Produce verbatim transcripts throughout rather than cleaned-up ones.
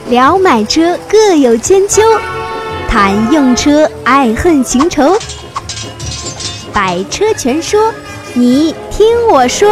聊买车各有千秋，谈用车爱恨情仇。百车全说，你听我说。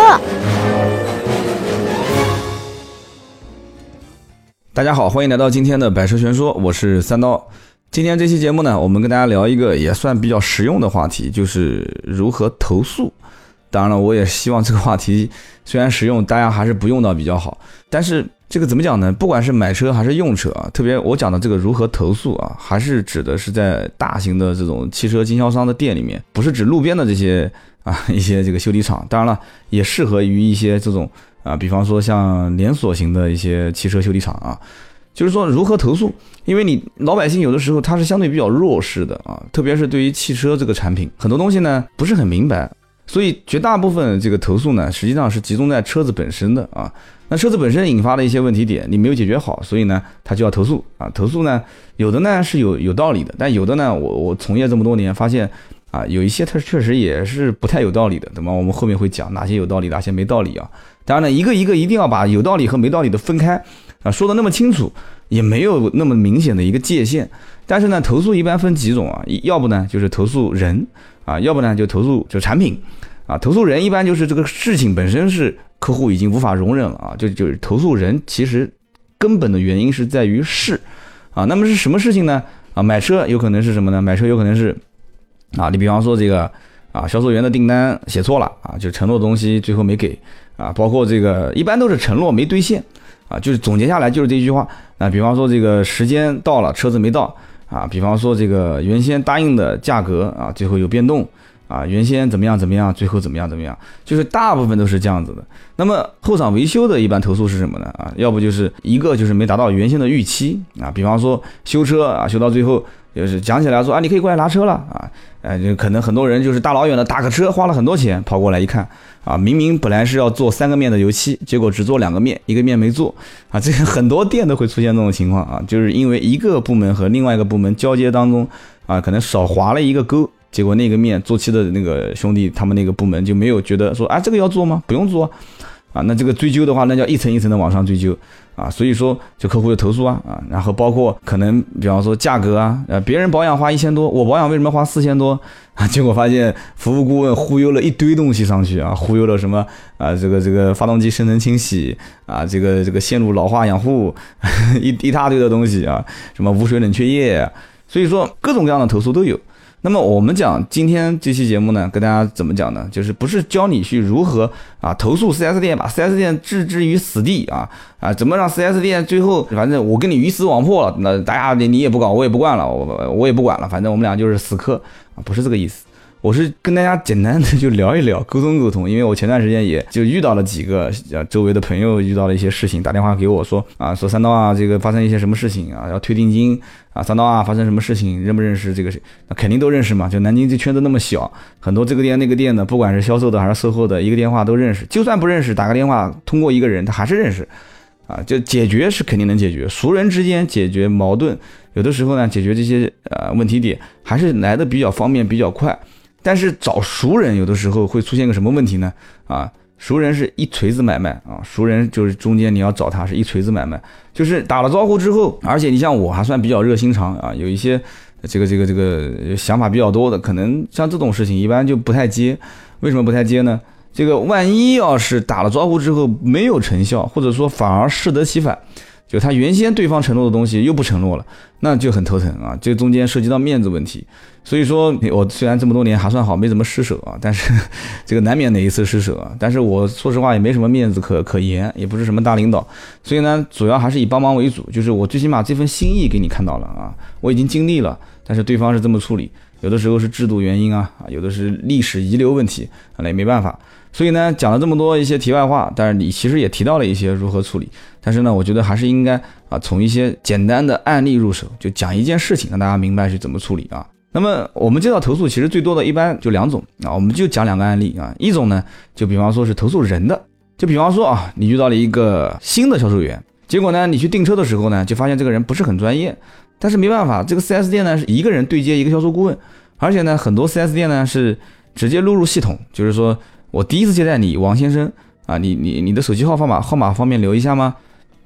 大家好，欢迎来到今天的百车全说，我是三刀。今天这期节目呢，我们跟大家聊一个也算比较实用的话题，就是如何投诉。当然了，我也希望这个话题虽然实用，大家还是不用到比较好。但是这个怎么讲呢？不管是买车还是用车啊，特别我讲的这个如何投诉啊，还是指的是在大型的这种汽车经销商的店里面，不是指路边的这些啊一些这个修理厂。当然了，也适合于一些这种啊，比方说像连锁型的一些汽车修理厂啊。就是说如何投诉，因为你老百姓有的时候他是相对比较弱势的啊，特别是对于汽车这个产品，很多东西呢不是很明白，所以绝大部分这个投诉呢，实际上是集中在车子本身的啊。那车子本身引发的一些问题点，你没有解决好，所以呢，他就要投诉啊。投诉呢，有的呢是有有道理的，但有的呢，我我从业这么多年发现啊，有一些它确实也是不太有道理的，对吗？我们后面会讲哪些有道理，哪些没道理啊。当然呢，一个一个一定要把有道理和没道理的分开啊，说的那么清楚，也没有那么明显的一个界限。但是呢，投诉一般分几种啊，要不呢就是投诉人啊，要不呢就投诉就产品啊。投诉人一般就是这个事情本身是客户已经无法容忍了啊，就就是投诉人其实根本的原因是在于事啊。那么是什么事情呢？啊，买车有可能是什么呢？买车有可能是啊，你比方说这个啊，销售员的订单写错了啊，就承诺的东西最后没给啊，包括这个一般都是承诺没兑现啊，就是总结下来就是这句话啊。比方说这个时间到了，车子没到啊，比方说这个原先答应的价格啊，最后有变动啊，原先怎么样怎么样，最后怎么样怎么样，就是大部分都是这样子的。那么后场维修的一般投诉是什么呢？啊，要不就是一个就是没达到原先的预期啊，比方说修车啊，修到最后就是讲起来说啊，你可以过来拿车了啊，呃，就可能很多人就是大老远的打个车，花了很多钱，跑过来一看啊，明明本来是要做三个面的油漆，结果只做两个面，一个面没做啊，这个很多店都会出现这种情况啊，就是因为一个部门和另外一个部门交接当中啊，可能少划了一个钩。结果那个面做漆的那个兄弟，他们那个部门就没有觉得说啊，这个要做吗？不用做啊。那这个追究的话，那叫一层一层的往上追究啊。所以说，就客户就投诉啊啊。然后包括可能比方说价格啊，呃，别人保养花一千多，我保养为什么花四千多啊？结果发现服务顾问忽悠了一堆东西上去啊，忽悠了什么啊？这个这个发动机深层清洗啊，这个这个线路老化养护一一大堆的东西啊，什么无水冷却液，所以说各种各样的投诉都有。那么我们讲今天这期节目呢，跟大家怎么讲呢？就是不是教你去如何啊投诉 四 S 店，把 四 S 店置之于死地啊啊，怎么让 四 S 店最后反正我跟你鱼死网破了，那大家你也不搞，我也不管了，我我也不管了，反正我们俩就是死磕啊，不是这个意思。我是跟大家简单的就聊一聊，沟通沟通，因为我前段时间也就遇到了几个周围的朋友遇到了一些事情，打电话给我说啊，说三刀啊，这个发生一些什么事情啊，要退定金啊，三刀啊，发生什么事情，认不认识这个谁？那肯定都认识嘛，就南京这圈子那么小，很多这个店那个店的，不管是销售的还是售后的，一个电话都认识，就算不认识，打个电话通过一个人，他还是认识啊，就解决是肯定能解决，熟人之间解决矛盾，有的时候呢，解决这些呃问题点还是来的比较方便，比较快。但是找熟人有的时候会出现个什么问题呢？啊，熟人是一锤子买卖啊，熟人就是中间你要找他是一锤子买卖，就是打了招呼之后，而且你像我还算比较热心肠啊，有一些这个这个这个想法比较多的，可能像这种事情一般就不太接。为什么不太接呢？这个万一要是打了招呼之后没有成效，或者说反而适得其反，就他原先对方承诺的东西又不承诺了，那就很头疼啊，这中间涉及到面子问题。所以说我虽然这么多年还算好，没怎么失手啊，但是这个难免哪一次失手啊，但是我说实话也没什么面子可可言，也不是什么大领导，所以呢主要还是以帮忙为主，就是我最起码这份心意给你看到了啊，我已经尽力了，但是对方是这么处理，有的时候是制度原因啊，有的是历史遗留问题，那也没办法。所以呢讲了这么多一些题外话，但是你其实也提到了一些如何处理，但是呢我觉得还是应该啊从一些简单的案例入手，就讲一件事情让大家明白是怎么处理啊。那么我们接到投诉其实最多的一般就两种啊，我们就讲两个案例啊。一种呢就比方说是投诉人的，就比方说啊你遇到了一个新的销售员，结果呢你去订车的时候呢就发现这个人不是很专业，但是没办法，这个 四 S 店呢是一个人对接一个销售顾问，而且呢很多 四 S 店呢是直接录入系统，就是说我第一次接待你王先生啊，你你你的手机号号码号码方便留一下吗？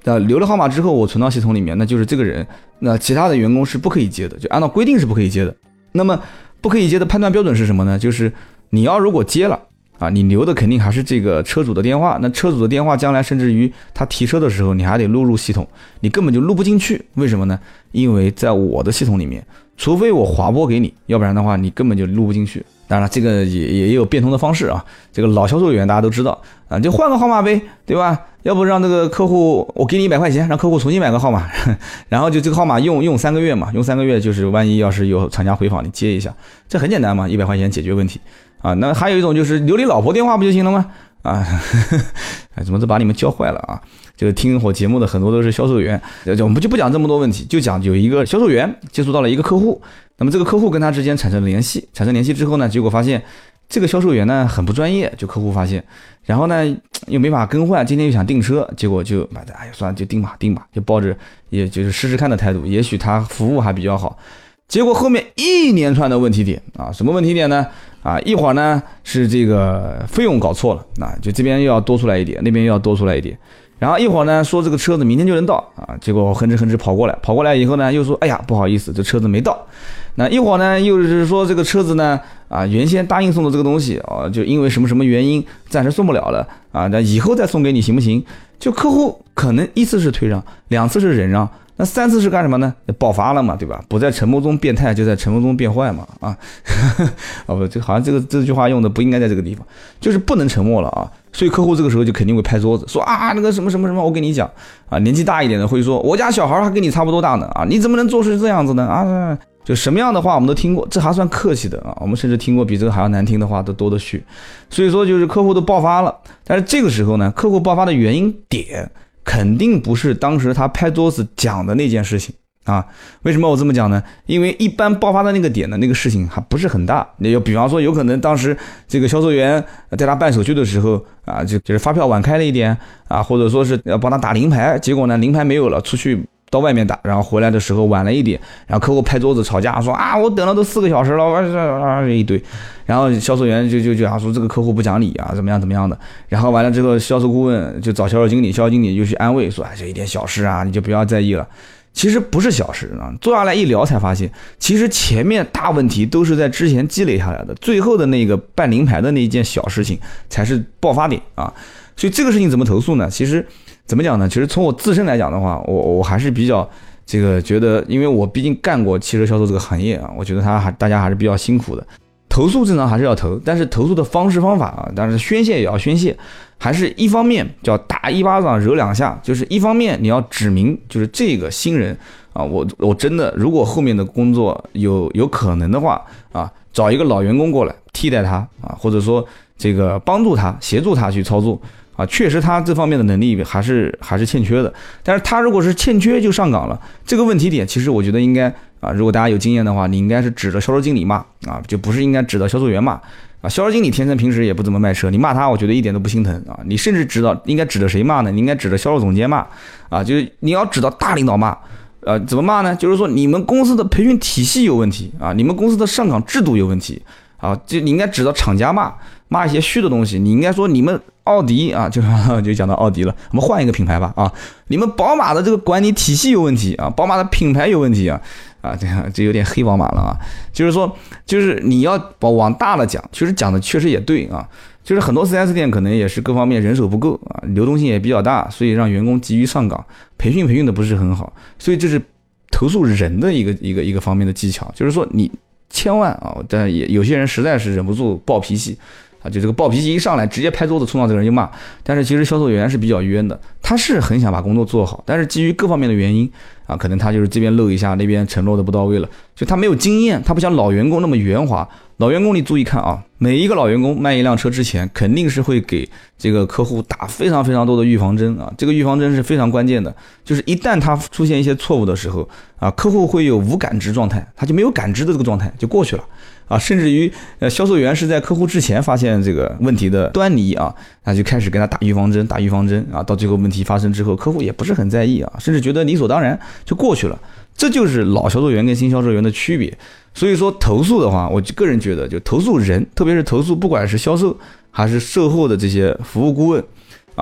呃，留了号码之后我存到系统里面，那就是这个人，那其他的员工是不可以接的，就按照规定是不可以接的。那么不可以接的判断标准是什么呢？就是你要如果接了啊，你留的肯定还是这个车主的电话，那车主的电话将来甚至于他提车的时候你还得录入系统，你根本就录不进去。为什么呢？因为在我的系统里面，除非我划拨给你，要不然的话你根本就录不进去。当然这个也也有变通的方式啊，这个老销售员大家都知道啊，就换个号码呗，对吧？要不让这个客户我给你一百块钱，让客户重新买个号码，然后就这个号码用用三个月嘛，用三个月就是万一要是有厂家回访你接一下，这很简单嘛，一百块钱解决问题啊。那还有一种就是留你老婆电话不就行了吗？啊，怎么都把你们教坏了啊！这个听我节目的很多都是销售员，我们就不讲这么多问题，就讲有一个销售员接触到了一个客户，那么这个客户跟他之间产生联系，产生联系之后呢，结果发现这个销售员呢很不专业，就客户发现，然后呢又没法更换，今天又想订车，结果就哎呀算了就订吧订吧，就抱着也就是试试看的态度，也许他服务还比较好。结果后面一连串的问题点啊，什么问题点呢？啊，一会儿呢是这个费用搞错了，那就这边又要多出来一点，那边又要多出来一点，然后一会儿呢说这个车子明天就能到啊，结果哼哧哼哧跑过来，跑过来以后呢又说哎呀不好意思，这车子没到。那一会儿呢又是说这个车子呢啊原先答应送的这个东西啊，就因为什么什么原因暂时送不了了啊，那以后再送给你行不行？就客户可能一次是退让，两次是忍让。那三次是干什么呢？爆发了嘛，对吧？不在沉默中变态，就在沉默中变坏嘛，啊，哦不，这好像这个这句话用的不应该在这个地方，就是不能沉默了啊。所以客户这个时候就肯定会拍桌子，说啊那个什么什么什么，我跟你讲啊，年纪大一点的会说，我家小孩还跟你差不多大呢啊，你怎么能做出这样子呢啊？就什么样的话我们都听过，这还算客气的啊，我们甚至听过比这个还要难听的话都多得去。所以说就是客户都爆发了，但是这个时候呢，客户爆发的原因点肯定不是当时他拍桌子讲的那件事情啊。为什么我这么讲呢？因为一般爆发的那个点的那个事情还不是很大。你有比方说有可能当时这个销售员在他办手续的时候啊，就就是发票晚开了一点啊，或者说是要帮他打临牌，结果呢临牌没有了，出去到外面打，然后回来的时候晚了一点，然后客户拍桌子吵架说啊我等了都四个小时了，啊一堆，然后销售员就就就想说这个客户不讲理啊，怎么样怎么样的，然后完了之后销售顾问就找销售经理，销售经理就去安慰说哎这一点小事啊，你就不要在意了。其实不是小事啊，坐下来一聊才发现，其实前面大问题都是在之前积累下来的，最后的那个办临牌的那一件小事情才是爆发点啊。所以这个事情怎么投诉呢？其实怎么讲呢？其实从我自身来讲的话，我我还是比较这个觉得，因为我毕竟干过汽车销售这个行业啊，我觉得他还大家还是比较辛苦的。投诉正常还是要投，但是投诉的方式方法啊，但是宣泄也要宣泄，还是一方面叫打一巴掌揉两下，就是一方面你要指明，就是这个新人啊，我我真的如果后面的工作有有可能的话啊，找一个老员工过来替代他啊，或者说这个帮助他协助他去操作。啊，确实他这方面的能力还是还是欠缺的，但是他如果是欠缺就上岗了，这个问题点其实我觉得应该啊，如果大家有经验的话，你应该是指着销售经理骂啊，就不是应该指着销售员骂啊。销售经理天生平时也不怎么卖车，你骂他，我觉得一点都不心疼啊。你甚至知道应该指着谁骂呢？你应该指着销售总监骂啊，就是你要指到大领导骂。呃，怎么骂呢？就是说你们公司的培训体系有问题啊，你们公司的上岗制度有问题啊，就你应该指到厂家骂。骂一些虚的东西，你应该说你们奥迪啊，就就讲到奥迪了，我们换一个品牌吧啊，你们宝马的这个管理体系有问题啊，宝马的品牌有问题啊啊，这样这有点黑宝马了啊，就是说就是你要往大了讲，其实讲的确实也对啊，就是很多 四 S 店可能也是各方面人手不够啊，流动性也比较大，所以让员工急于上岗，培训培训的不是很好，所以这是投诉人的一个一个一个方面的技巧，就是说你千万啊，但也有些人实在是忍不住暴脾气。啊，就这个暴脾气一上来，直接拍桌子冲到这个人就骂。但是其实销售员是比较冤的，他是很想把工作做好，但是基于各方面的原因啊，可能他就是这边漏一下，那边承诺的不到位了，就他没有经验，他不像老员工那么圆滑。老员工你注意看啊，每一个老员工卖一辆车之前，肯定是会给这个客户打非常非常多的预防针啊，这个预防针是非常关键的，就是一旦他出现一些错误的时候啊，客户会有无感知状态，他就没有感知的这个状态就过去了。啊，甚至于呃，销售员是在客户之前发现这个问题的端倪啊，那就开始给他打预防针，打预防针啊，到最后问题发生之后，客户也不是很在意啊，甚至觉得理所当然就过去了。这就是老销售员跟新销售员的区别。所以说投诉的话，我个人觉得就投诉人，特别是投诉不管是销售还是售后的这些服务顾问啊，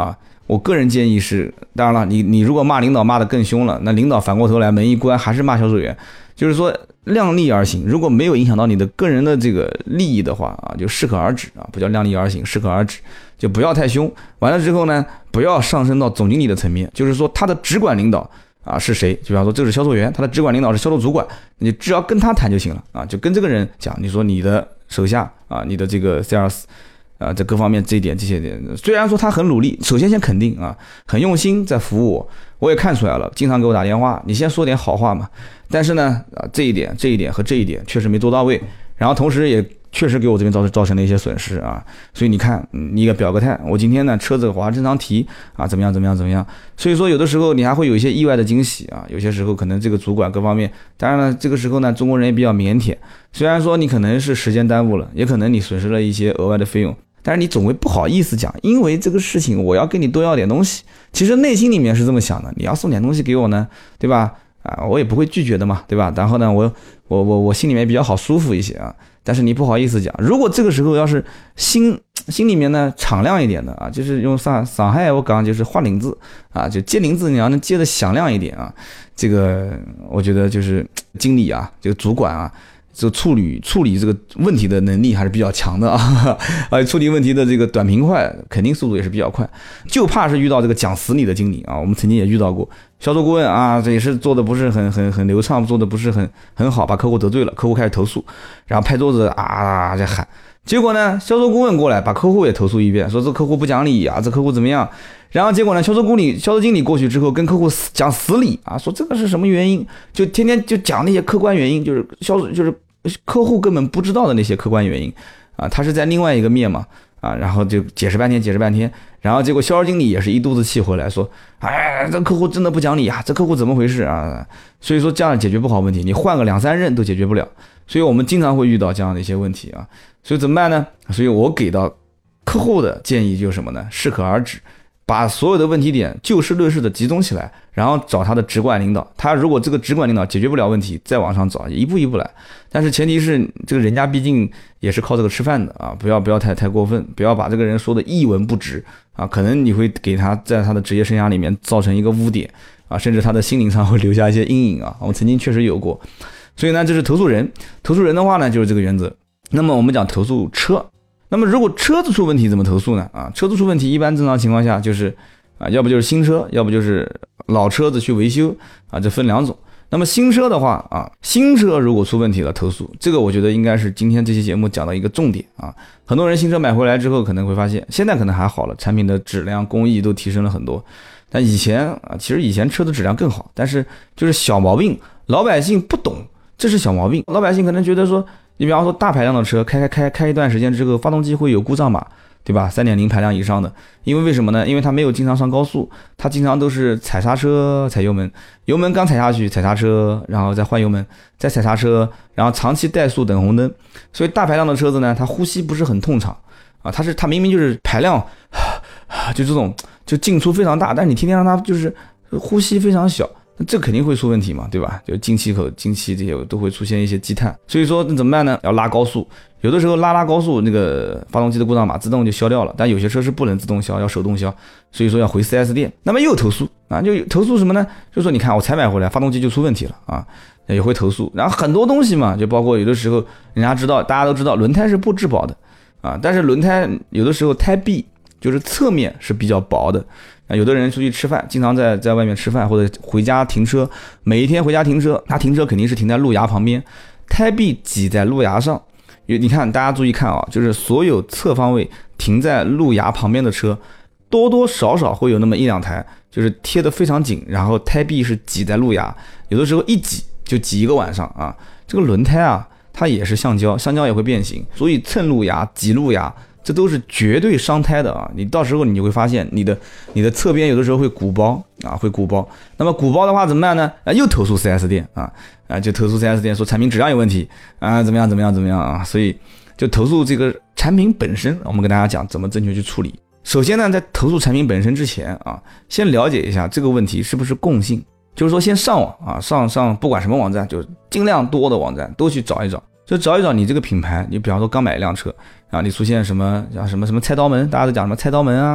我个人建议是，当然了，你你如果骂领导骂得更凶了，那领导反过头来门一关还是骂销售员，就是说量力而行，如果没有影响到你的个人的这个利益的话啊，就适可而止啊，不叫量力而行，适可而止，就不要太凶。完了之后呢，不要上升到总经理的层面，就是说他的直管领导啊是谁？就比方说这是销售员，他的直管领导是销售主管，你只要跟他谈就行了啊，就跟这个人讲，你说你的手下啊，你的这个 sales。啊，在各方面这一点这些点，虽然说他很努力，首先先肯定啊，很用心在服务我，我也看出来了，经常给我打电话，你先说点好话嘛。但是呢，啊这一点这一点和这一点确实没做到位，然后同时也确实给我这边造造成了一些损失啊。所以你看，你也表个态，我今天呢车子我还正常提啊，怎么样怎么样怎么样。所以说有的时候你还会有一些意外的惊喜啊，有些时候可能这个主管各方面，当然了，这个时候呢中国人也比较腼腆，虽然说你可能是时间耽误了，也可能你损失了一些额外的费用。但是你总会不好意思讲，因为这个事情我要跟你多要点东西。其实内心里面是这么想的，你要送点东西给我呢，对吧？啊，我也不会拒绝的嘛，对吧？然后呢，我我我我心里面比较好舒服一些啊。但是你不好意思讲，如果这个时候要是心心里面呢敞亮一点的啊，就是用上上海我讲就是花领子啊，就接领子你要能接的响亮一点啊，这个我觉得就是经理啊，这个主管啊。这个处理处理这个问题的能力还是比较强的啊，而且处理问题的这个短平快，肯定速度也是比较快，就怕是遇到这个讲死你的经理啊。我们曾经也遇到过销售顾问啊，这也是做的不是很很很流畅，做的不是很很好，把客户得罪了，客户开始投诉，然后拍桌子啊在喊，结果呢，销售顾问过来把客户也投诉一遍，说这客户不讲理啊，这客户怎么样？然后结果呢，销售经理销售经理过去之后跟客户讲死理啊，说这个是什么原因，就天天就讲那些客观原因，就是销售就是客户根本不知道的那些客观原因啊，他是在另外一个面嘛啊，然后就解释半天解释半天，然后结果销售经理也是一肚子气回来说，哎，这客户真的不讲理啊，这客户怎么回事啊？所以说这样解决不好问题，你换个两三任都解决不了，所以我们经常会遇到这样的一些问题啊，所以怎么办呢？所以我给到客户的建议就是什么呢？适可而止。把所有的问题点就事论事的集中起来，然后找他的直管领导，他如果这个直管领导解决不了问题，再往上找，一步一步来。但是前提是这个人家毕竟也是靠这个吃饭的啊，不要不要太太过分，不要把这个人说的一文不值啊，可能你会给他在他的职业生涯里面造成一个污点啊，甚至他的心灵上会留下一些阴影啊。我们曾经确实有过，所以呢，这是投诉人，投诉人的话呢就是这个原则。那么我们讲投诉车。那么如果车子出问题怎么投诉呢？啊，车子出问题一般正常情况下就是啊，要不就是新车，要不就是老车子去维修啊，这分两种。那么新车的话啊，新车如果出问题了投诉，这个我觉得应该是今天这期节目讲的一个重点啊。很多人新车买回来之后可能会发现，现在可能还好了，产品的质量工艺都提升了很多，但以前啊，其实以前车的质量更好，但是就是小毛病，老百姓不懂，这是小毛病，老百姓可能觉得说。你比方说大排量的车开开开开一段时间之后，发动机会有故障码，对吧？ 三点零 排量以上的，因为为什么呢？因为它没有经常上高速，它经常都是踩刹车踩油门，油门刚踩下去踩刹车，然后再换油门，再踩刹车，然后长期怠速等红灯，所以大排量的车子呢，它呼吸不是很通畅啊，它是它明明就是排量就这种就进出非常大，但是你天天让它就是呼吸非常小，那这肯定会出问题嘛，对吧？就进气口、进气这些都会出现一些积碳，所以说那怎么办呢？要拉高速，有的时候拉拉高速，那个发动机的故障码自动就消掉了，但有些车是不能自动消，要手动消，所以说要回 四 S 店。那么又投诉啊，就投诉什么呢？就说你看我才买回来，发动机就出问题了啊，也会投诉。然后很多东西嘛，就包括有的时候人家知道，大家都知道轮胎是不质保的啊，但是轮胎有的时候胎壁就是侧面是比较薄的。有的人出去吃饭，经常在在外面吃饭，或者回家停车，每一天回家停车，他停车肯定是停在路牙旁边，胎壁挤在路牙上。你看，大家注意看啊，就是所有侧方位停在路牙旁边的车，多多少少会有那么一两台，就是贴得非常紧，然后胎壁是挤在路牙，有的时候一挤就挤一个晚上啊。这个轮胎啊，它也是橡胶，橡胶也会变形，所以蹭路牙、挤路牙。这都是绝对伤胎的啊！你到时候你就会发现，你的你的侧边有的时候会鼓包啊，会鼓包。那么鼓包的话怎么办呢？啊，又投诉 四 S 店啊啊，就投诉 四 S 店说产品质量有问题啊，怎么样怎么样怎么样啊？所以就投诉这个产品本身。我们跟大家讲怎么正确去处理。首先呢，在投诉产品本身之前啊，先了解一下这个问题是不是共性，就是说先上网啊，上上不管什么网站，就尽量多的网站都去找一找。就找一找你这个品牌，你比方说刚买一辆车，然后你出现什么像什么什么菜刀门，大家都讲什么菜刀门啊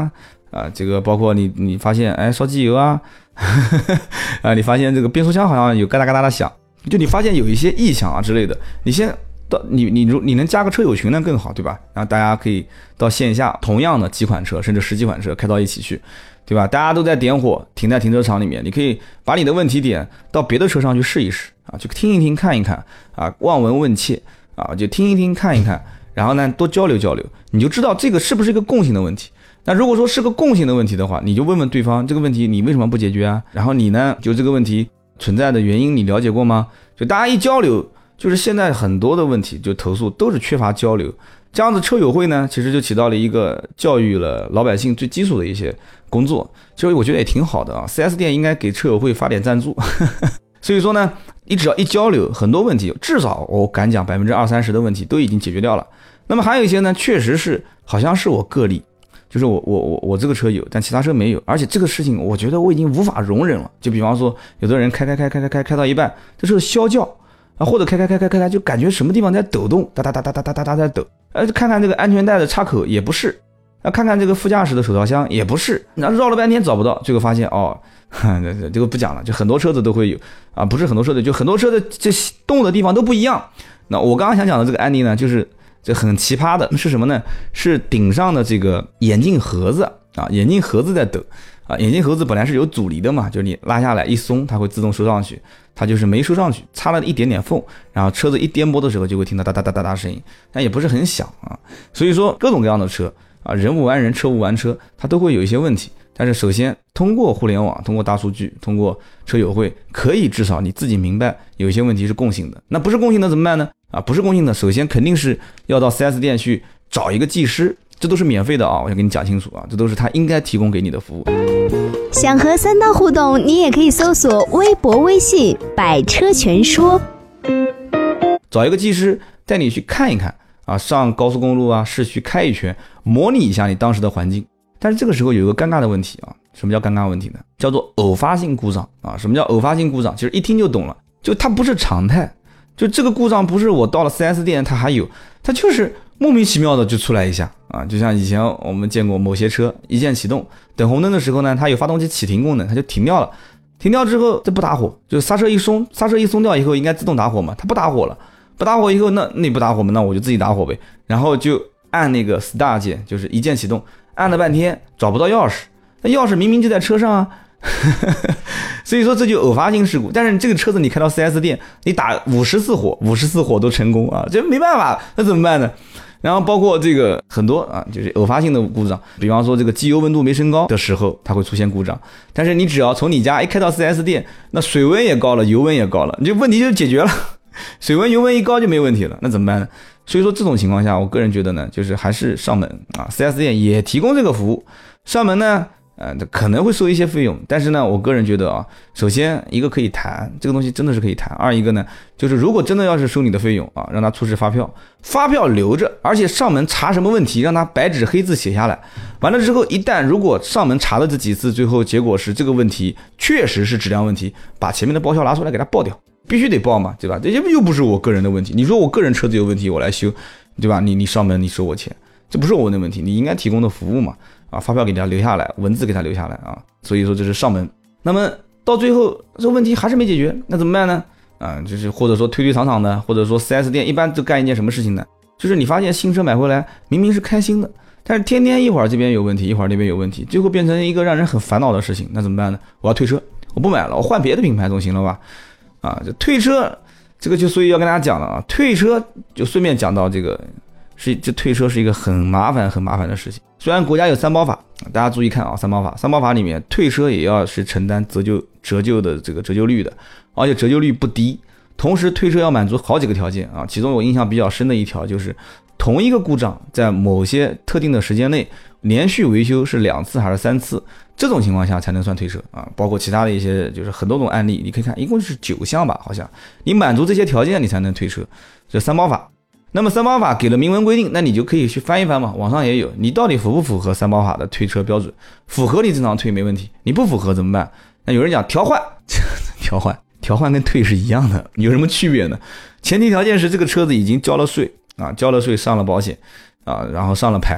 啊，这个包括你你发现哎烧机油啊，啊你发现这个变速箱好像有嘎哒嘎哒的响，就你发现有一些异响啊之类的，你先到你你如你能加个车友群呢更好，对吧？然后大家可以到线下同样的几款车甚至十几款车开到一起去，对吧？大家都在点火停在停车场里面，你可以把你的问题点到别的车上去试一试啊，去听一听看一看啊，望闻问切啊，就听一听看一看，然后呢多交流交流，你就知道这个是不是一个共性的问题。那如果说是个共性的问题的话，你就问问对方这个问题你为什么不解决啊？然后你呢就这个问题存在的原因你了解过吗？就大家一交流，就是现在很多的问题就投诉都是缺乏交流。这样子车友会呢其实就起到了一个教育了老百姓最基础的一些工作，其实我觉得也挺好的啊。 四 S 店应该给车友会发点赞助所以说呢你只要一交流，很多问题至少我敢讲 百分之二三十 的问题都已经解决掉了。那么还有一些呢确实是好像是我个例，就是我我我我这个车有，但其他车没有，而且这个事情我觉得我已经无法容忍了。就比方说，有的人开开开开开开开到一半，这车啸叫啊，或者开开开开开开，就感觉什么地方在抖动，哒哒哒哒哒哒哒哒在抖。呃，看看这个安全带的插口也不是，啊，看看这个副驾驶的手套箱也不是，然后绕了半天找不到，最后发现哦，这个不讲了，就很多车子都会有啊，不是很多车子，就很多车的这动的地方都不一样。那我刚刚想讲的这个案例呢，就是这很奇葩的是什么呢？是顶上的这个眼镜盒子啊，眼镜盒子在抖啊，眼镜盒子本来是有阻力的嘛，就是你拉下来一松，它会自动收上去，它就是没收上去，插了一点点缝，然后车子一颠簸的时候就会听到哒哒哒哒哒声音，但也不是很响啊。所以说各种各样的车啊，人无完人，车无完车，它都会有一些问题。但是首先通过互联网，通过大数据，通过车友会，可以至少你自己明白有一些问题是共性的。那不是共性的怎么办呢？啊，不是共性的，首先肯定是要到 四 S 店去找一个技师，这都是免费的啊，我想跟你讲清楚啊，这都是他应该提供给你的服务。 想和三刀互动，你也可以搜索微博微信百车全说， 找一个技师带你去看一看啊，上高速公路啊，市区开一圈，模拟一下你当时的环境。但是这个时候有一个尴尬的问题啊，什么叫尴尬问题呢？叫做偶发性故障啊。什么叫偶发性故障？其实一听就懂了，就它不是常态，就这个故障不是我到了 四 S 店它还有，它就是莫名其妙的就出来一下啊。就像以前我们见过某些车一键启动，等红灯的时候呢，它有发动机启停功能，它就停掉了，停掉之后这不打火，就刹车一松，刹车一松掉以后应该自动打火嘛，它不打火了，不打火以后那你不打火嘛，那我就自己打火呗，然后就按那个 start 键，就是一键启动，按了半天找不到钥匙，那钥匙明明就在车上啊所以说这就偶发性事故。但是这个车子你开到 四 S 店，你打五十次火五十次火都成功啊，这没办法，那怎么办呢？然后包括这个很多啊，就是偶发性的故障，比方说这个机油温度没升高的时候它会出现故障，但是你只要从你家一开到 四 S 店，那水温也高了，油温也高了，你这问题就解决了，水温油温一高就没问题了，那怎么办呢？所以说这种情况下，我个人觉得呢，就是还是上门啊 ，四 S 店也提供这个服务，上门呢，呃，可能会收一些费用，但是呢，我个人觉得啊，首先一个可以谈，这个东西真的是可以谈；二一个呢，就是如果真的要是收你的费用啊，让他出示发票，发票留着，而且上门查什么问题，让他白纸黑字写下来，完了之后，一旦如果上门查了这几次，最后结果是这个问题确实是质量问题，把前面的报销拿出来给他报掉。必须得报嘛，对吧？这又不是我个人的问题。你说我个人车子有问题，我来修，对吧？你你上门你收我钱，这不是我的问题，你应该提供的服务嘛。啊，发票给他留下来，文字给他留下来啊。所以说这是上门。那么到最后这个问题还是没解决，那怎么办呢？啊，就是或者说推推搡搡的，或者说 四 S 店一般就干一件什么事情呢？就是你发现新车买回来明明是开心的，但是天天一会儿这边有问题，一会儿那边有问题，最后变成一个让人很烦恼的事情。那怎么办呢？我要退车，我不买了，我换别的品牌总行了吧？啊，这退车，这个就所以要跟大家讲了啊，退车就顺便讲到这个，是这退车是一个很麻烦很麻烦的事情。虽然国家有三包法，大家注意看啊，三包法，三包法里面退车也要是承担折旧折旧的这个折旧率的，而且折旧率不低。同时退车要满足好几个条件啊，其中我印象比较深的一条就是同一个故障在某些特定的时间内连续维修是两次还是三次，这种情况下才能算退车啊。包括其他的一些就是很多种案例，你可以看一共是九项吧，好像你满足这些条件你才能退车，这三包法。那么三包法给了明文规定，那你就可以去翻一翻嘛，网上也有，你到底符不符合三包法的退车标准？符合你正常退没问题，你不符合怎么办？那有人讲调换调换调换跟退是一样的，有什么区别呢？前提条件是这个车子已经交了税啊，交了税上了保险啊，然后上了牌，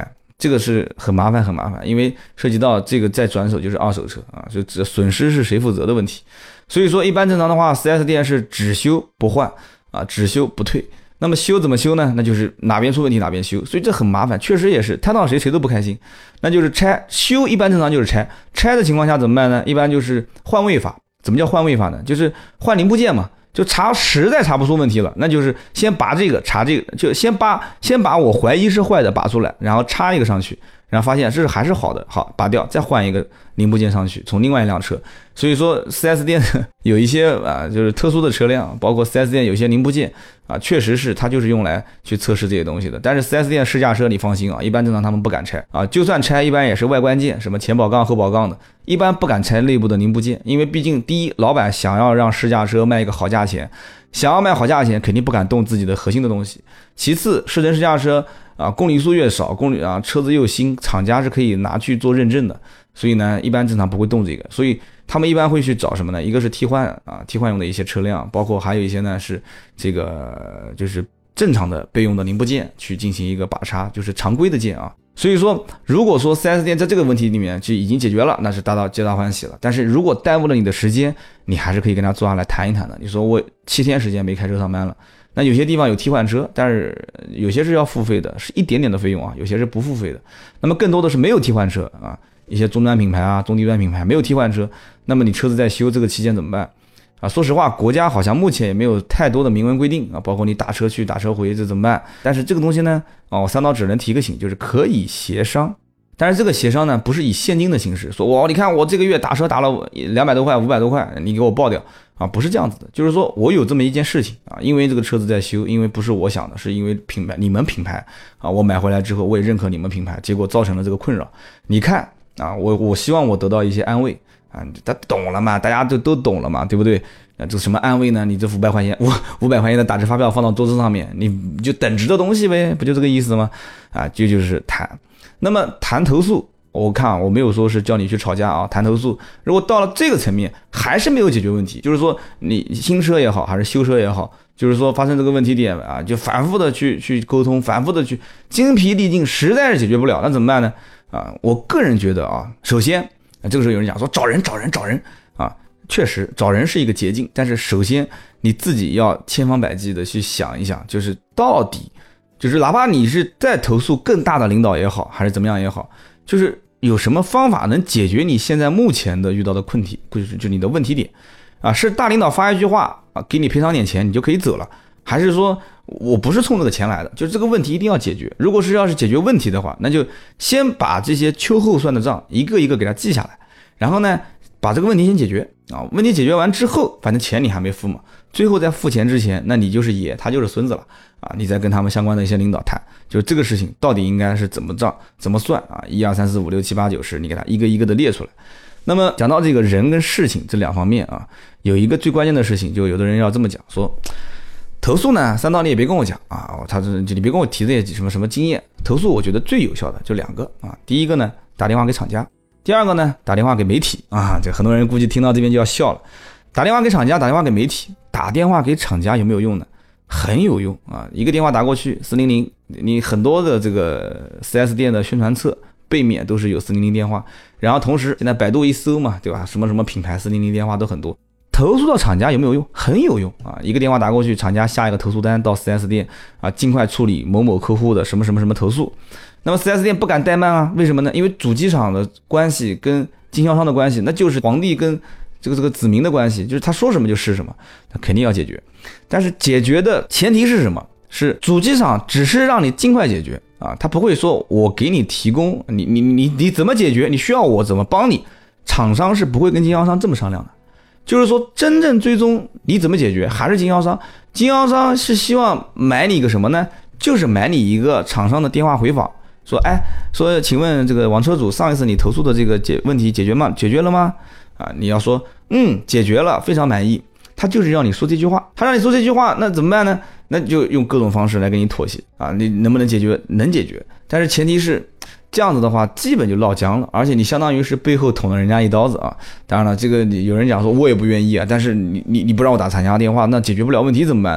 这个是很麻烦很麻烦，因为涉及到这个再转手就是二手车啊，就只损失是谁负责的问题。所以说一般正常的话 四 S 店是只修不换啊，只修不退。那么修怎么修呢？那就是哪边出问题哪边修，所以这很麻烦，确实也是摊到谁谁都不开心。那就是拆修，一般正常就是拆，拆的情况下怎么办呢？一般就是换位法。怎么叫换位法呢？就是换零部件嘛，就查实在查不出问题了，那就是先拔这个查这个，就先拔先把我怀疑是坏的拔出来，然后插一个上去，然后发现这是还是好的，好拔掉，再换一个零部件上去，从另外一辆车。所以说 四 S 店有一些啊，就是特殊的车辆，包括 四 S 店有些零部件啊，确实是它就是用来去测试这些东西的。但是 四 S 店试驾车你放心啊，一般正常他们不敢拆啊，就算拆一般也是外观件，什么前保杠后保杠的，一般不敢拆内部的零部件，因为毕竟第一，老板想要让试驾车卖一个好价钱，想要卖好价钱肯定不敢动自己的核心的东西。其次，试乘试驾车啊，公里数越少，公里啊车子又新，厂家是可以拿去做认证的，所以呢，一般正常不会动这个，所以他们一般会去找什么呢？一个是替换啊，替换用的一些车辆，包括还有一些呢是这个就是正常的备用的零部件去进行一个把插，就是常规的件啊。所以说，如果说 四 S 店在这个问题里面就已经解决了，那是大到皆大欢喜了。但是如果耽误了你的时间，你还是可以跟他坐下来谈一谈的。你说我七天时间没开车上班了。那有些地方有替换车，但是有些是要付费的，是一点点的费用啊，有些是不付费的。那么更多的是没有替换车啊，一些中端品牌啊、中低端品牌没有替换车，那么你车子在修这个期间怎么办啊？说实话，国家好像目前也没有太多的明文规定啊，包括你打车去打车回这怎么办？但是这个东西呢，哦，三刀只能提个醒，就是可以协商。但是这个协商呢，不是以现金的形式说，我你看我这个月打车打了两百多块、五百多块，你给我报掉啊，不是这样子的。就是说我有这么一件事情啊，因为这个车子在修，因为不是我想的，是因为品牌你们品牌啊，我买回来之后我也认可你们品牌，结果造成了这个困扰。你看啊，我我希望我得到一些安慰啊，他懂了嘛，大家都都懂了嘛，对不对？啊，这什么安慰呢？你这五百块钱，五五百块钱的打折发票放到桌子上面，你就等值的东西呗，不就这个意思吗？啊，这就, 就是谈。那么谈投诉，我看我没有说是叫你去吵架啊，谈投诉。如果到了这个层面还是没有解决问题，就是说你新车也好，还是修车也好，就是说发生这个问题点啊，就反复的去去沟通，反复的去精疲力尽，实在是解决不了，那怎么办呢？啊，我个人觉得啊，首先这个时候有人讲说找人找人找人啊，确实找人是一个捷径，但是首先你自己要千方百计的去想一想，就是到底。就是哪怕你是在投诉更大的领导也好，还是怎么样也好，就是有什么方法能解决你现在目前的遇到的困题，就是就你的问题点啊，是大领导发一句话啊，给你赔偿点钱你就可以走了，还是说我不是冲这个钱来的，就是这个问题一定要解决。如果是要是解决问题的话，那就先把这些秋后算的账一个一个给它记下来，然后呢把这个问题先解决啊，问题解决完之后，反正钱你还没付嘛，最后在付钱之前，那你就是爷，他就是孙子了啊！你再跟他们相关的一些领导谈，就是这个事情到底应该是怎么账、怎么算啊？一二三四五六七八九十，你给他一个一个的列出来。那么讲到这个人跟事情这两方面啊，有一个最关键的事情，就有的人要这么讲说，投诉呢，三刀你也别跟我讲啊，他就你别跟我提这些什么什么经验，投诉我觉得最有效的就两个啊，第一个呢打电话给厂家，第二个呢打电话给媒体啊，这很多人估计听到这边就要笑了。打电话给厂家，打电话给媒体，打电话给厂家有没有用呢？很有用啊！一个电话打过去，四零零，你很多的这个 四 S 店的宣传册背面都是有四零零电话，然后同时现在百度一搜嘛，对吧？什么什么品牌四零零电话都很多。投诉到厂家有没有用？很有用啊！一个电话打过去，厂家下一个投诉单到 四 S 店啊，尽快处理某某客户的什么什么什么投诉。那么 四 S 店不敢怠慢啊，为什么呢？因为主机厂的关系跟经销商的关系，那就是皇帝跟这个这个子民的关系，就是他说什么就是什么，他肯定要解决。但是解决的前提是什么？是主机厂只是让你尽快解决啊，他不会说我给你提供，你你你你怎么解决，你需要我怎么帮你，厂商是不会跟经销商这么商量的。就是说真正最终你怎么解决还是经销商，经销商是希望买你一个什么呢？就是买你一个厂商的电话回访，说哎，说请问这个王车主，上一次你投诉的这个解问题解决吗？解决了吗？啊，你要说嗯解决了，非常满意，他就是让你说这句话，他让你说这句话，那怎么办呢？那就用各种方式来跟你妥协啊，你能不能解决？能解决，但是前提是这样子的话，基本就落姜了，而且你相当于是背后捅了人家一刀子啊。当然了，这个有人讲说我也不愿意啊，但是你你你不让我打厂家电话，那解决不了问题怎么办呢？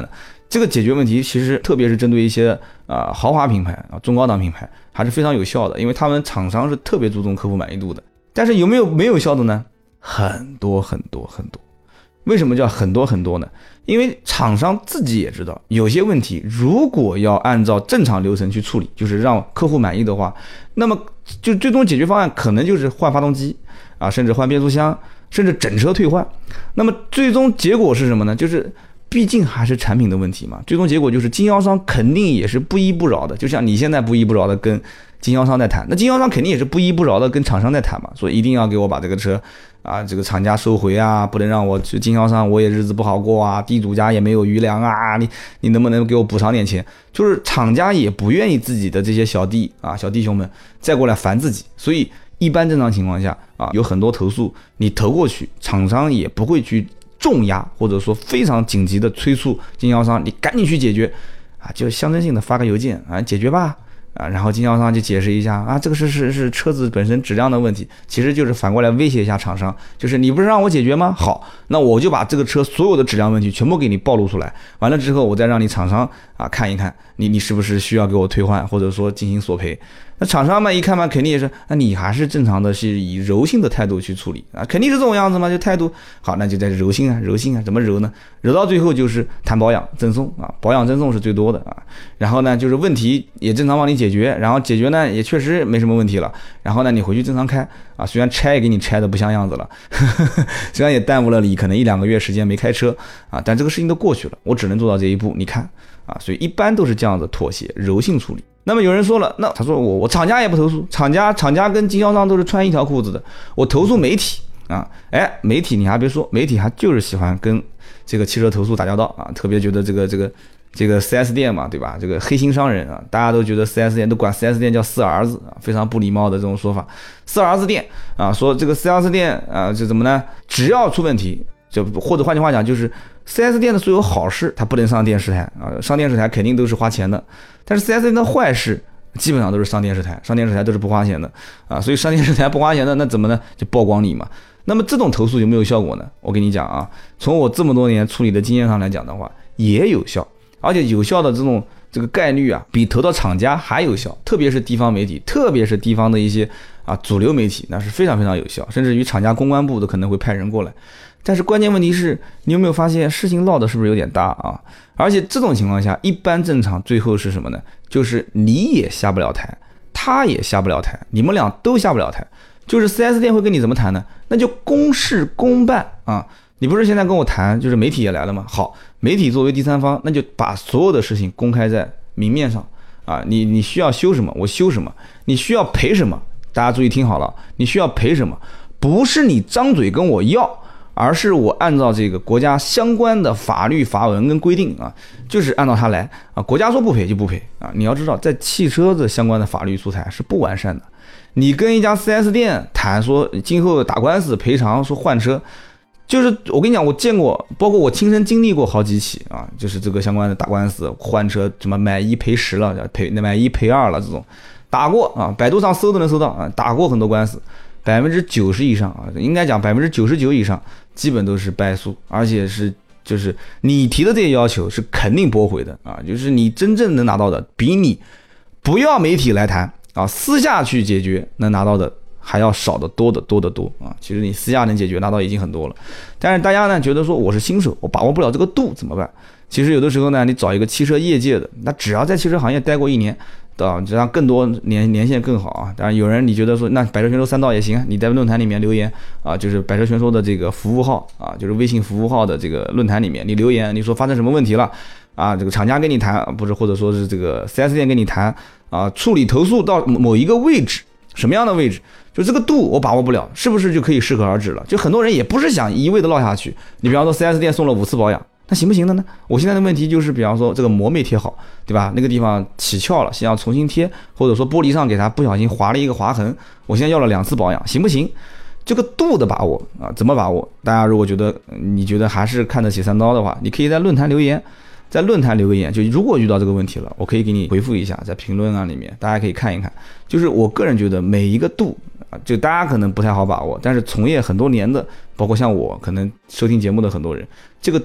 这个解决问题其实特别是针对一些啊、呃、豪华品牌啊中高档品牌还是非常有效的，因为他们厂商是特别注重客户满意度的。但是有没有没有效的呢？很多很多很多。为什么叫很多很多呢？因为厂商自己也知道，有些问题如果要按照正常流程去处理，就是让客户满意的话，那么就最终解决方案可能就是换发动机啊，甚至换变速箱，甚至整车退换。那么最终结果是什么呢？就是毕竟还是产品的问题嘛，最终结果就是经销商肯定也是不依不饶的，就像你现在不依不饶的跟经销商在谈，那经销商肯定也是不依不饶的跟厂商在谈嘛，所以一定要给我把这个车啊，这个厂家收回啊，不能让我去经销商我也日子不好过啊，地主家也没有余粮啊，你你能不能给我补偿点钱？就是厂家也不愿意自己的这些小弟啊小弟兄们再过来烦自己，所以一般正常情况下啊，有很多投诉你投过去，厂商也不会去重压或者说非常紧急的催促经销商你赶紧去解决啊，就象征性的发个邮件啊，解决吧。啊，然后经销商就解释一下啊，这个是是是车子本身质量的问题，其实就是反过来威胁一下厂商，就是你不是让我解决吗？好，那我就把这个车所有的质量问题全部给你暴露出来，完了之后我再让你厂商啊看一看，你你是不是需要给我退换或者说进行索赔。那厂商嘛一看嘛，肯定也是，那你还是正常的是以柔性的态度去处理啊，肯定是这种样子嘛，就态度好，那就在柔性啊，柔性啊，怎么柔呢？柔到最后就是谈保养赠送啊，保养赠送是最多的啊。然后呢，就是问题也正常帮你解决，然后解决呢也确实没什么问题了。然后呢，你回去正常开啊，虽然拆也给你拆的不像样子了，呵呵，虽然也耽误了你可能一两个月时间没开车啊，但这个事情都过去了，我只能做到这一步，你看啊，所以一般都是这样子妥协，柔性处理。那么有人说了，那他说我我厂家也不投诉，厂家厂家跟经销商都是穿一条裤子的，我投诉媒体啊，哎，媒体你还别说，媒体还就是喜欢跟这个汽车投诉打交道啊，特别觉得这个这个这个 四 S 店嘛，对吧？这个黑心商人啊，大家都觉得 四 S 店都管 四 S 店叫四儿子啊，非常不礼貌的这种说法，四儿子店啊，说这个 四 S 店啊，就怎么呢？只要出问题，就或者换句话讲就是。四 S 店的所有好事它不能上电视台啊，上电视台肯定都是花钱的，但是 四 S 店的坏事基本上都是上电视台，上电视台都是不花钱的啊，所以上电视台不花钱的那怎么呢？就曝光你嘛。那么这种投诉有没有效果呢？我跟你讲啊，从我这么多年处理的经验上来讲的话，也有效，而且有效的这种这个概率啊，比投到厂家还有效，特别是地方媒体，特别是地方的一些啊主流媒体，那是非常非常有效，甚至于厂家公关部都可能会派人过来。但是关键问题是，你有没有发现事情闹的是不是有点大啊？而且这种情况下，一般正常最后是什么呢？就是你也下不了台，他也下不了台，你们俩都下不了台。就是 四 S 店会跟你怎么谈呢？那就公事公办啊！你不是现在跟我谈，就是媒体也来了吗？好，媒体作为第三方，那就把所有的事情公开在明面上啊！你你需要修什么，我修什么；你需要赔什么，大家注意听好了，你需要赔什么，不是你张嘴跟我要。而是我按照这个国家相关的法律法文跟规定啊，就是按照它来啊，国家说不赔就不赔啊。你要知道，在汽车的相关的法律素材是不完善的。你跟一家 四 S 店谈说今后打官司赔偿，说换车，就是我跟你讲，我见过，包括我亲身经历过好几起啊，就是这个相关的打官司换车，什么买一赔十了，赔买一赔二了这种，打过啊，百度上搜都能搜到啊，打过很多官司。百分之九十以上啊，应该讲百分之九十九以上，基本都是败诉，而且是就是你提的这些要求是肯定驳回的啊，就是你真正能拿到的，比你不要媒体来谈啊，私下去解决能拿到的还要少得多的多得多啊。其实你私下能解决拿到已经很多了，但是大家呢觉得说我是新手，我把握不了这个度怎么办？其实有的时候呢，你找一个汽车业界的，那只要在汽车行业待过一年。啊，这样更多年年限更好啊！当然，有人你觉得说，那百车全说三道也行，你在论坛里面留言啊，就是百车全说的这个服务号啊，就是微信服务号的这个论坛里面，你留言，你说发生什么问题了啊？这个厂家跟你谈，不是或者说是这个 四 S 店跟你谈啊，处理投诉到某一个位置，什么样的位置，就这个度我把握不了，是不是就可以适可而止了？就很多人也不是想一味的落下去，你比方说 四 S 店送了五次保养。那行不行的呢？我现在的问题就是，比方说这个膜没贴好，对吧？那个地方起翘了，想要重新贴，或者说玻璃上给它不小心划了一个划痕，我现在要了两次保养，行不行？这个度的把握啊，怎么把握？大家如果觉得你觉得还是看得起三刀的话，你可以在论坛留言，在论坛留个言，就如果遇到这个问题了，我可以给你回复一下，在评论栏里面大家可以看一看。就是我个人觉得每一个度啊，就大家可能不太好把握，但是从业很多年的，包括像我可能收听节目的很多人，这个度。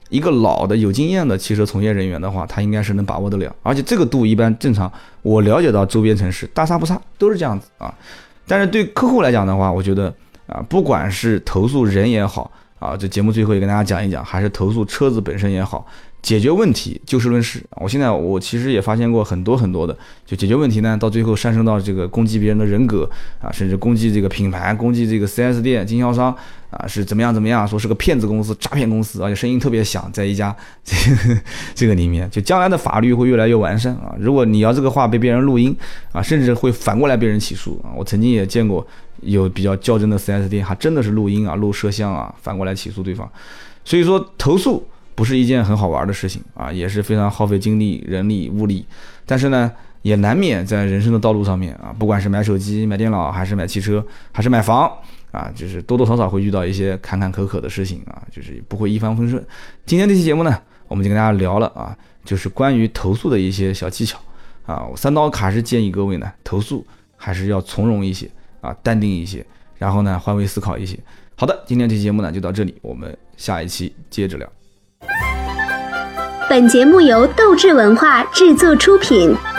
一个老的有经验的汽车从业人员的话，他应该是能把握得了，而且这个度一般正常，我了解到周边城市大差不差都是这样子啊。但是对客户来讲的话，我觉得啊，不管是投诉人也好啊，这节目最后也跟大家讲一讲，还是投诉车子本身也好，解决问题就事论事。我现在我其实也发现过很多很多的，就解决问题呢，到最后上升到这个攻击别人的人格啊，甚至攻击这个品牌，攻击这个 四 S 店经销商啊，是怎么样怎么样，说是个骗子公司、诈骗公司，而且声音特别响，在一家这个这个里面，就将来的法律会越来越完善啊。如果你要这个话被别人录音啊，甚至会反过来被人起诉啊。我曾经也见过有比较较真的 四 S 店，还真的是录音啊、录摄像啊，反过来起诉对方。所以说投诉不是一件很好玩的事情啊，也是非常耗费精力、人力、物力。但是呢，也难免在人生的道路上面啊，不管是买手机、买电脑，还是买汽车，还是买房啊，就是多多少少会遇到一些坎坎坷坷的事情啊，就是不会一帆风顺。今天这期节目呢，我们就跟大家聊了啊，就是关于投诉的一些小技巧啊。三刀还是建议各位呢，投诉还是要从容一些啊，淡定一些，然后呢，换位思考一些。好的，今天这期节目呢就到这里，我们下一期接着聊。 本节目由斗志文化制作出品。